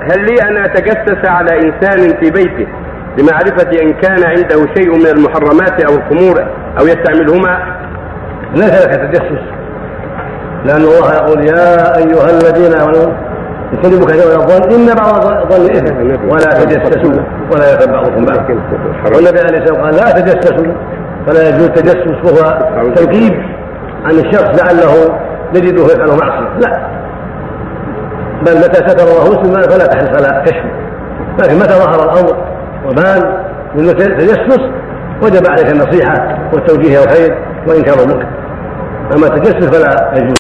هل لي أن أتجسس على إنسان في بيته لمعرفة إن كان عنده شيء من المحرمات أو الخمور أو يستعملهما؟ ليس لك تجسس، لأن الله يقول يا أيها الذين آمنوا اجتنبوا كثيرا من الظن إن بعض الظن إثم ولا تجسسوا ولا يغتب بعضكم بعضا. والنبي عليه الصلاة والسلام قال لا تجسسوا، فلا يجوز التجسس وهو تنكيب عن الشخص لعله يجده يفعل معصية، لا، بل متى ستر الله مسلما فلا تحرص على كشفه، لكن متى ظهر الأمر وبان من التجسس وجب عليك النصيحة والتوجيه والخير وإنكار المنكر، أما التجسس فلا يجوز.